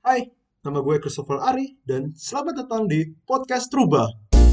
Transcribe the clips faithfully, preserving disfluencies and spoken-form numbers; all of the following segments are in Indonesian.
Hai, nama gue Christopher Ari dan selamat datang di Podcast Rubah.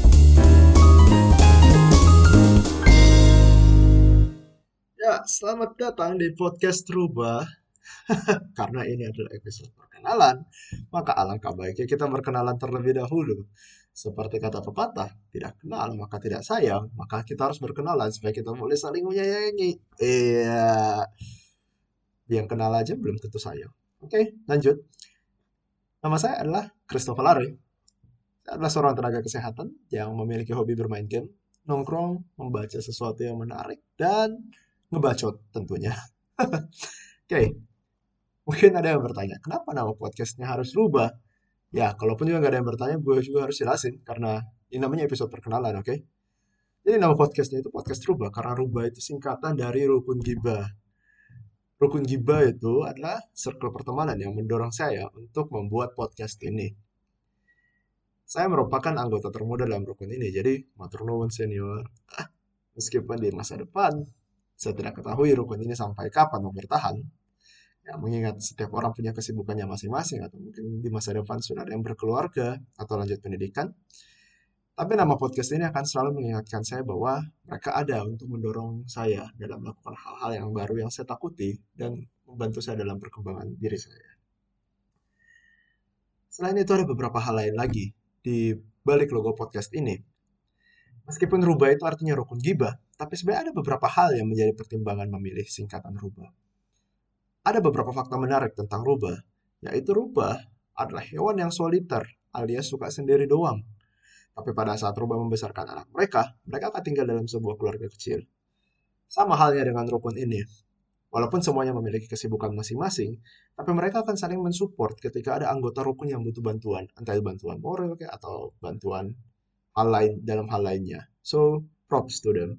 Ya, selamat datang di Podcast Rubah. Karena ini adalah episode perkenalan, maka alangkah baiknya kita berkenalan terlebih dahulu. Seperti kata pepatah, tidak kenal maka tidak sayang, maka kita harus berkenalan supaya kita boleh saling menyayangi. Iya, yang kenal aja belum tentu sayang. Oke, lanjut. Nama saya adalah Christopher Ari. Saya adalah seorang tenaga kesehatan yang memiliki hobi bermain game, nongkrong, membaca sesuatu yang menarik, dan ngebacot tentunya. Oke, mungkin ada yang bertanya, kenapa nama podcastnya harus rubah? Ya, kalaupun juga nggak ada yang bertanya, gue juga harus jelasin, karena ini namanya episode perkenalan, oke? Jadi nama podcastnya itu podcast rubah, karena rubah itu singkatan dari rukun gibah. Rukun gibah itu adalah circle pertemanan yang mendorong saya untuk membuat podcast ini. Saya merupakan anggota termuda dalam rukun ini, jadi matur nuwun senior. Meskipun di masa depan, saya tidak ketahui rukun ini sampai kapan mau bertahan. Ya, mengingat setiap orang punya kesibukannya masing-masing, atau mungkin di masa depan sudah ada yang berkeluarga atau lanjut pendidikan. Tapi nama podcast ini akan selalu mengingatkan saya bahwa mereka ada untuk mendorong saya dalam melakukan hal-hal yang baru yang saya takuti dan membantu saya dalam perkembangan diri saya. Selain itu ada beberapa hal lain lagi di balik logo podcast ini. Meskipun rubah itu artinya rukun gibah, tapi sebenarnya ada beberapa hal yang menjadi pertimbangan memilih singkatan rubah. Ada beberapa fakta menarik tentang rubah, yaitu rubah adalah hewan yang soliter alias suka sendiri doang. Tapi pada saat rubah membesarkan anak mereka, mereka akan tinggal dalam sebuah keluarga kecil. Sama halnya dengan rukun ini. Walaupun semuanya memiliki kesibukan masing-masing, tapi mereka akan saling mensupport ketika ada anggota rukun yang butuh bantuan, entah itu bantuan moral kayak atau bantuan hal lain dalam hal lainnya. So, props to them.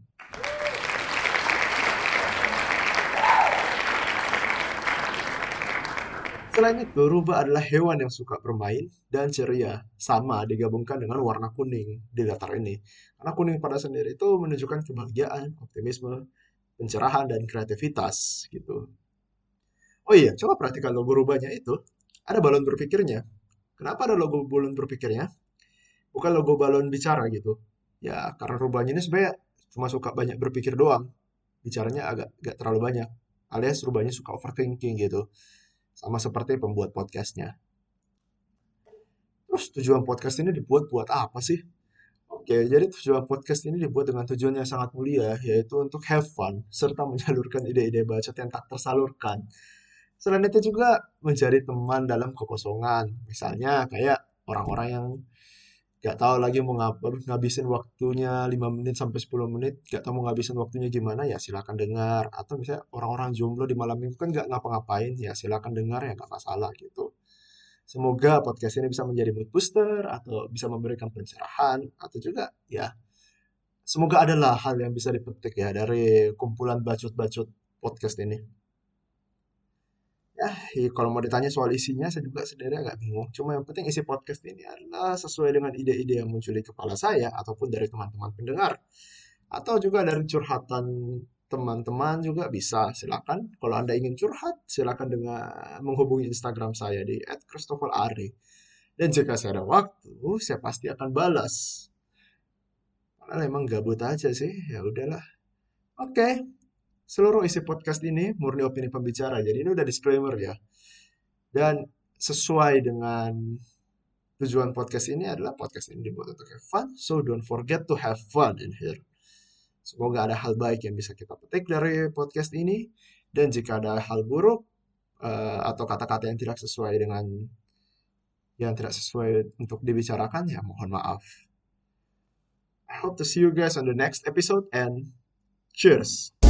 Selain itu, rubah adalah hewan yang suka bermain dan ceria, sama digabungkan dengan warna kuning di latar ini. Karena kuning pada sendiri itu menunjukkan kebahagiaan, optimisme, pencerahan, dan kreativitas gitu. Oh iya, coba perhatikan logo rubahnya itu. Ada balon berpikirnya. Kenapa ada logo balon berpikirnya? Bukan logo balon bicara gitu. Ya, karena rubahnya ini sebenarnya cuma suka banyak berpikir doang. Bicaranya agak gak terlalu banyak. Alias rubahnya suka overthinking gitu. Sama seperti pembuat podcastnya. Terus tujuan podcast ini dibuat buat apa sih? Oke, jadi tujuan podcast ini dibuat dengan tujuan yang sangat mulia, yaitu untuk have fun, serta menyalurkan ide-ide bacot yang tak tersalurkan. Selain itu juga mencari teman dalam kekosongan. Misalnya kayak orang-orang yang gak tahu lagi mau ngap- ngabisin waktunya lima menit sampai sepuluh menit, gak tahu mau ngabisin waktunya gimana, ya silakan dengar. Atau misalnya orang-orang jomblo di malam minggu kan gak ngapa-ngapain, ya silakan dengar ya gak masalah gitu. Semoga podcast ini bisa menjadi mood booster atau bisa memberikan pencerahan atau juga ya semoga adalah hal yang bisa dipetik ya dari kumpulan bacot-bacot podcast ini. Ya, i- kalau mau ditanya soal isinya saya juga sebenarnya agak bingung. Cuma yang penting isi podcast ini adalah sesuai dengan ide-ide yang muncul di kepala saya ataupun dari teman-teman pendengar atau juga dari curhatan teman-teman juga bisa. Silakan kalau Anda ingin curhat, silakan dengan menghubungi Instagram saya di et christopher ari. Dan jika saya ada waktu, saya pasti akan balas. Karena emang gabut aja sih, ya udahlah. Oke, seluruh isi podcast ini murni opini pembicara. Jadi ini udah disclaimer ya. Dan sesuai dengan tujuan podcast ini adalah podcast ini dibuat untuk have fun. So don't forget to have fun in here. Semoga ada hal baik yang bisa kita petik dari podcast ini. Dan jika ada hal buruk eh, atau kata-kata yang tidak sesuai dengan yang tidak sesuai untuk dibicarakan, ya mohon maaf. I hope to see you guys on the next episode and cheers.